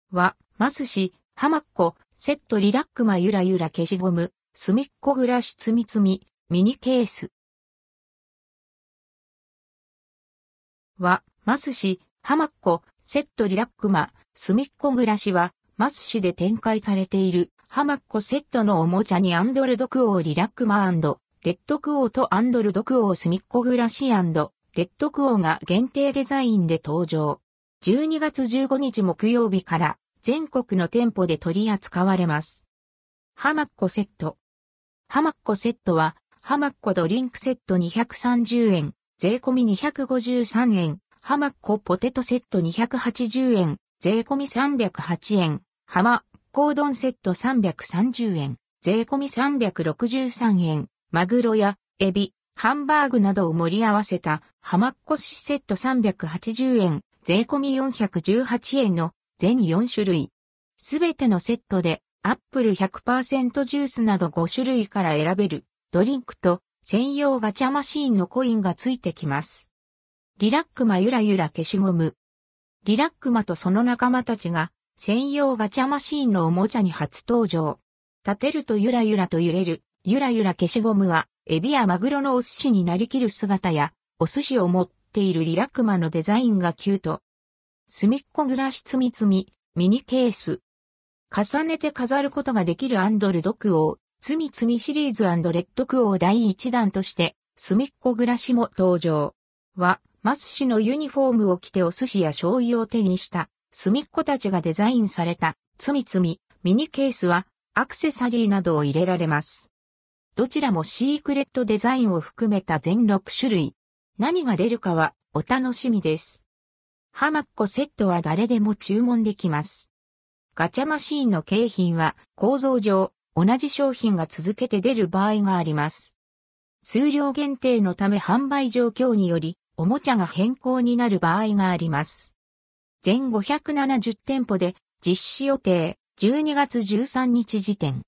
は、マスシ、ハマッコ、セットリラックマゆらゆら消しゴム、すみっこ暮らしつみつみ、ミニケース。は、マスシ、ハマッコ、セットリラックマ、すみっこ暮らしは、マスシで展開されている、ハマッコセットのおもちゃにアンドルドクオーリラックマ&レッドクオーとアンドルドクオーすみっこ暮らし&レッドクオーが限定デザインで登場。12月15日木曜日から全国の店舗で取り扱われます。ハマッコセット。ハマッコセットは、ハマッコドリンクセット230円、税込み253円、ハマッコポテトセット280円、税込み308円、ハマッコうどんセット330円、税込み363円、マグロやエビ、ハンバーグなどを盛り合わせたハマッコ寿司セット380円、税込み418円の全4種類。すべてのセットでアップル 100% ジュースなど5種類から選べるドリンクと専用ガチャマシーンのコインがついてきます。リラックマゆらゆら消しゴム。リラックマとその仲間たちが専用ガチャマシーンのおもちゃに初登場。立てるとゆらゆらと揺れるゆらゆら消しゴムはエビやマグロのお寿司になりきる姿やお寿司を持っているリラックマのデザインがキュート。すみっこ暮らしつみつみミニケース。重ねて飾ることができるアンドルドクオー、つみつみシリーズ&レッドクオー第1弾として、すみっこ暮らしも登場。は、マスシのユニフォームを着てお寿司や醤油を手にした、すみっこたちがデザインされた、つみつみ、ミニケースは、アクセサリーなどを入れられます。どちらもシークレットデザインを含めた全6種類。何が出るかは、お楽しみです。ハマッコセットは誰でも注文できます。ガチャマシーンの景品は構造上同じ商品が続けて出る場合があります。数量限定のため販売状況によりおもちゃが変更になる場合があります。全570店舗で実施予定12月13日時点。